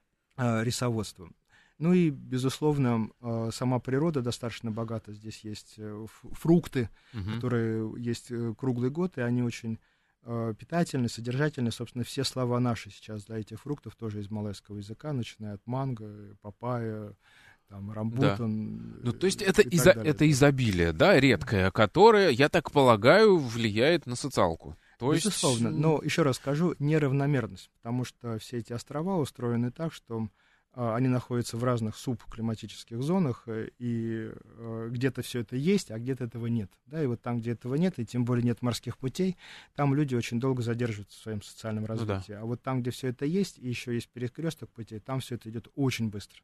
э, рисоводства. Ну и, безусловно, э, сама природа достаточно богата. Здесь есть э, фрукты, uh-huh. которые есть э, круглый год, и они очень э, питательны, содержательны. Собственно, все слова наши сейчас для этих фруктов тоже из малайского языка, начиная от манго, папайя, там, рамбутан. Да. Ну, то есть это, изо, это изобилие, да, редкое, которое, я так полагаю, влияет на социалку. То Безусловно, есть... но еще раз скажу, неравномерность, потому что все эти острова устроены так, что а, они находятся в разных субклиматических зонах, и а, где-то все это есть, а где-то этого нет. Да, и вот там, где этого нет, и тем более нет морских путей, там люди очень долго задерживаются в своем социальном развитии. Ну, да. А вот там, где все это есть, и еще есть перекресток путей, там все это идет очень быстро.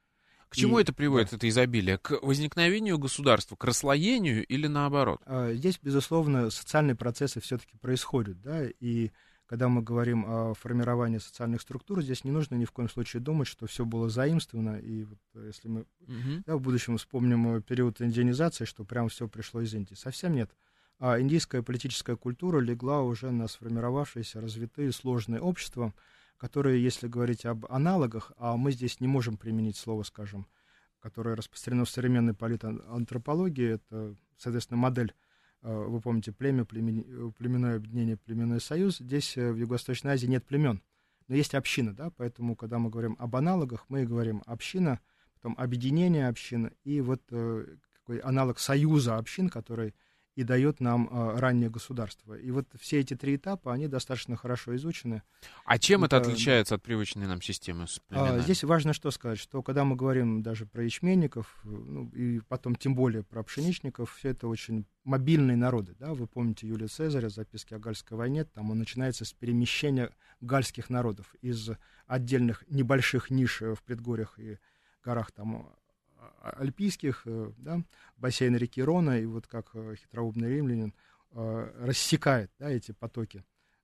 К чему и, это приводит, да. это изобилие? К возникновению государства, к расслоению или наоборот? Здесь, безусловно, социальные процессы все-таки происходят, да, и когда мы говорим о формировании социальных структур, здесь не нужно ни в коем случае думать, что все было заимствовано, и вот если мы угу. да, в будущем вспомним период индианизации, что прям все пришло из Индии. Совсем нет. А индийская политическая культура легла уже на сформировавшиеся, развитые, сложные общества, которые, если говорить об аналогах, а мы здесь не можем применить слово, скажем, которое распространено в современной политантропологии, это, соответственно, модель, вы помните, племя, племен, племенное объединение, племенной союз. Здесь в Юго-Восточной Азии нет племен, но есть община, да, поэтому, когда мы говорим об аналогах, мы говорим община, потом объединение общины и вот какой аналог союза общин, который и дает нам а, раннее государство. И вот все эти три этапа, они достаточно хорошо изучены. А чем это, это отличается от привычной нам системы? А, здесь важно что сказать, что когда мы говорим даже про ячменников, ну, и потом тем более про пшеничников, все это очень мобильные народы. Да? Вы помните Юлия Цезаря, записки о Гальской войне, там он начинается с перемещения гальских народов из отдельных небольших ниш в предгорьях и горах там, альпийских, да, бассейна реки Рона, и вот как хитроумный римлянин рассекает, да, эти потоки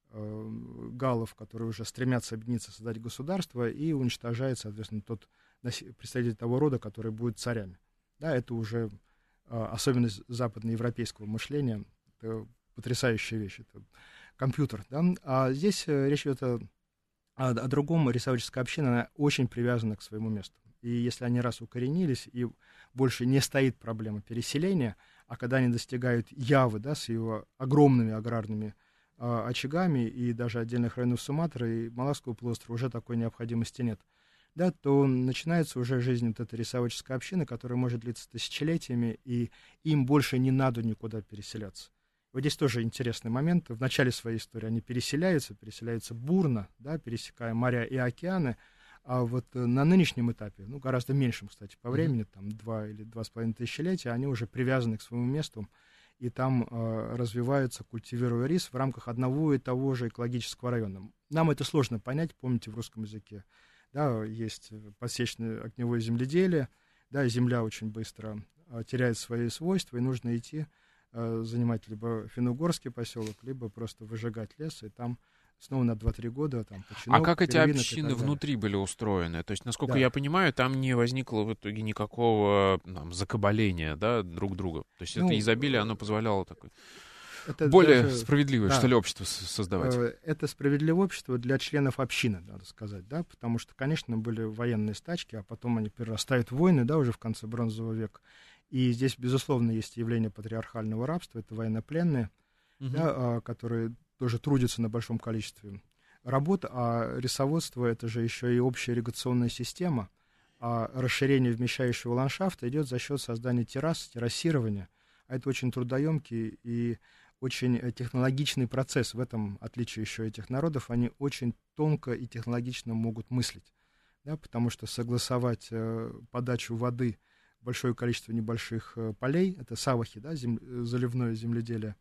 галлов, которые уже стремятся объединиться, создать государство, и уничтожает, соответственно, тот представитель того рода, который будет царями. Да, это уже особенность западноевропейского мышления, это потрясающая вещь, это компьютер. Да? А здесь речь идет о, о, о другом. Рисоводческая община, она очень привязана к своему месту. И если они раз укоренились, и больше не стоит проблема переселения, а когда они достигают Явы, да, с его огромными аграрными а, очагами, и даже отдельных районов Суматры и Малакского полуострова, уже такой необходимости нет, да, то начинается уже жизнь вот этой рисоводческой общины, которая может длиться тысячелетиями, и им больше не надо никуда переселяться. Вот здесь тоже интересный момент. В начале своей истории они переселяются, переселяются бурно, да, пересекая моря и океаны. А вот на нынешнем этапе, ну, гораздо меньшем, кстати, по времени, там, два или два с половиной тысячелетия, они уже привязаны к своему месту, и там э, развиваются, культивируя рис в рамках одного и того же экологического района. Нам это сложно понять, помните, в русском языке, да, есть подсечное огневое земледелие, да, земля очень быстро э, теряет свои свойства, и нужно идти, э, занимать либо финно-угорский поселок, либо просто выжигать лес, и там снова на два-три года. Там, починок, а как эти общины внутри были устроены? То есть, насколько да. я понимаю, там не возникло в итоге никакого там, закабаления, да, друг друга. То есть ну, это изобилие, оно позволяло такое это более даже, справедливое, да, что ли, общество создавать. Это справедливое общество для членов общины, надо сказать, да, потому что, конечно, были военные стачки, а потом они перерастают в войны, да, уже в конце бронзового века. И здесь, безусловно, есть явление патриархального рабства, это военнопленные, угу. да, которые тоже трудятся на большом количестве работ, а рисоводство — это же еще и общая ирригационная система, а расширение вмещающего ландшафта идет за счет создания террас, террасирования, а это очень трудоемкий и очень технологичный процесс. В этом отличие еще этих народов, они очень тонко и технологично могут мыслить, да, потому что согласовать э, подачу воды, большое количество небольших э, полей, это савахи, да, зем, заливное земледелие,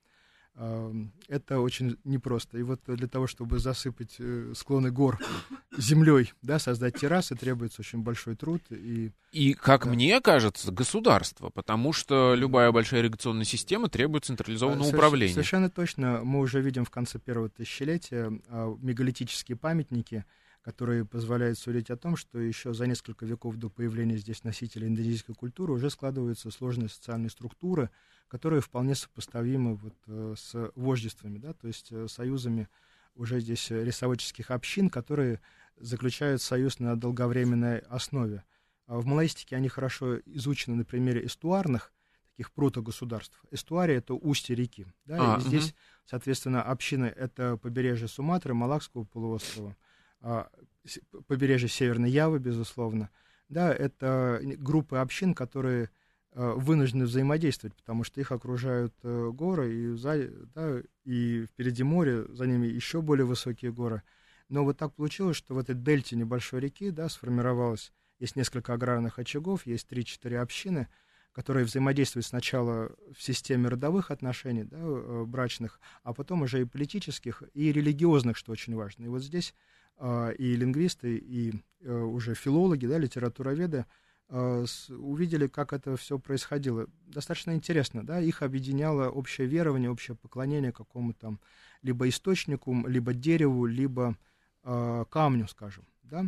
это очень непросто. И вот для того, чтобы засыпать склоны гор землей, да, создать террасы, требуется очень большой труд. И, и как да. мне кажется, государство, потому что любая большая ирригационная система требует централизованного Соверш... управления. Совершенно точно. Мы уже видим в конце первого тысячелетия мегалитические памятники, которые позволяют судить о том, что еще за несколько веков до появления здесь носителей индонезийской культуры уже складываются сложные социальные структуры, которые вполне сопоставимы вот, э, с вождествами, да, то есть э, союзами уже здесь рисоводческих общин, которые заключают союз на долговременной основе. А в малоистике они хорошо изучены на примере эстуарных, таких протогосударств. Эстуария — это устье реки. Да, а, и здесь, угу. соответственно, общины — это побережье Суматры, Малакского полуострова, побережье Северной Явы, безусловно. Да, это группы общин, которые вынуждены взаимодействовать, потому что их окружают горы, и, за, да, и впереди море, за ними еще более высокие горы. Но вот так получилось, что в этой дельте небольшой реки, да, сформировалось, есть несколько аграрных очагов, есть три-четыре общины, которые взаимодействуют сначала в системе родовых отношений, да, брачных, а потом уже и политических, и религиозных, что очень важно. И вот здесь э, и лингвисты, и э, уже филологи, да, литературоведы э, с, увидели, как это все происходило. Достаточно интересно, да, их объединяло общее верование, общее поклонение какому-то там либо источнику, либо дереву, либо э, камню, скажем, да,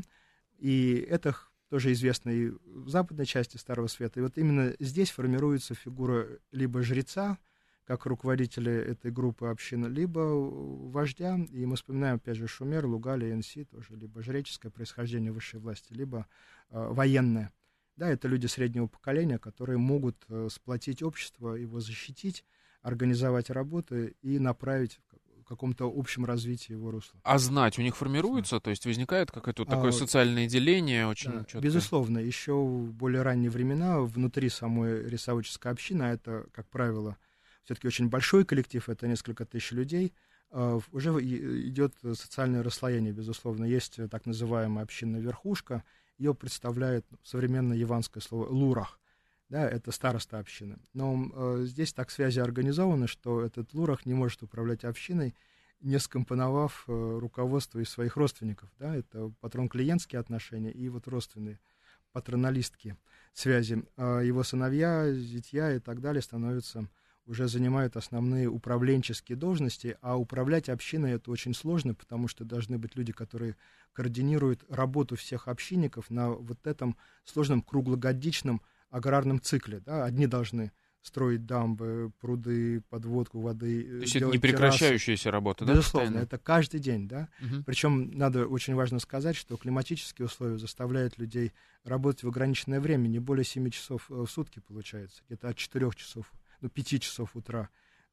и это тоже известно и в западной части Старого Света. И вот именно здесь формируется фигура либо жреца, как руководителя этой группы общины, либо вождя, и мы вспоминаем, опять же, Шумер, Лугали, Энси, тоже либо жреческое происхождение высшей власти, либо э, военное. Да, это люди среднего поколения, которые могут э, сплотить общество, его защитить, организовать работы и направить в каком-то общем развитии его русла. А знать у них формируется? То есть возникает какое-то такое а, социальное деление? Очень да, четкое? Безусловно. Еще в более ранние времена внутри самой рисоводческой общины, а это, как правило, все-таки очень большой коллектив, это несколько тысяч людей, уже идет социальное расслоение, безусловно. Есть так называемая общинная верхушка, ее представляет современное яванское слово «лурах». Да, это староста общины. Но э, здесь так связи организованы, что этот лурах не может управлять общиной, не скомпоновав э, руководство из своих родственников. Да, это патрон-клиентские отношения и вот родственные патроналистские связи. А его сыновья, зятья и так далее становятся, уже занимают основные управленческие должности, а управлять общиной это очень сложно, потому что должны быть люди, которые координируют работу всех общинников на вот этом сложном круглогодичном аграрном цикле, да, одни должны строить дамбы, пруды, подводку воды. То есть это не прекращающаяся работа, да? Безусловно, постоянно? Это каждый день, да. Угу. Причем надо очень важно сказать, что климатические условия заставляют людей работать в ограниченное время, не более семи часов в сутки получается, где-то от четырёх часов, ну, пяти часов утра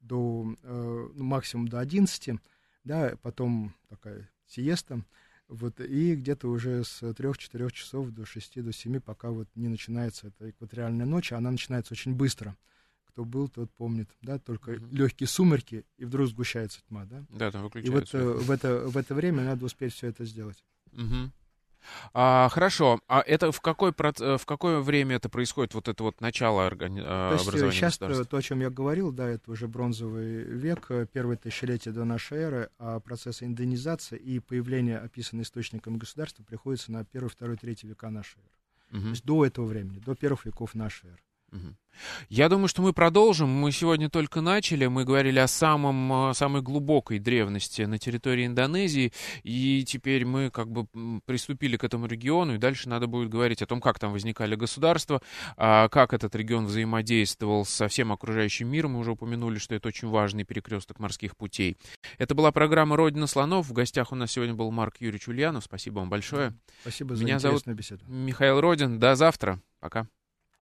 до э, максимум до одиннадцати, да, потом такая сиеста. Вот, и где-то уже с трех-четырёх часов до шести, до семи, пока вот не начинается эта экваториальная ночь, она начинается очень быстро. Кто был, тот помнит, да, только uh-huh. легкие сумерки, и вдруг сгущается тьма, да. Да, там выключается. И вот э, в, это, в это время надо успеть все это сделать. Uh-huh. А, хорошо, а это в, какой, в какое время это происходит, вот это вот начало органи... то есть образования сейчас государства? То, о чем я говорил, да, это уже бронзовый век, первое тысячелетие до нашей эры, а процесс индонизации и появление описанного источником государства приходится на первый, второй, третий века нашей эры. Угу. То есть до этого времени, до первых веков нашей эры. Угу. Я думаю, что мы продолжим. Мы сегодня только начали. Мы говорили о самом, самой глубокой древности на территории Индонезии. И теперь мы как бы приступили к этому региону. И дальше надо будет говорить о том, как там возникали государства, как этот регион взаимодействовал со всем окружающим миром. Мы уже упомянули, что это очень важный перекресток морских путей. Это была программа «Родина слонов». В гостях у нас сегодня был Марк Юрьевич Ульянов. Спасибо вам большое. Спасибо за Меня интересную зовут беседу. Михаил Родин. До завтра. Пока.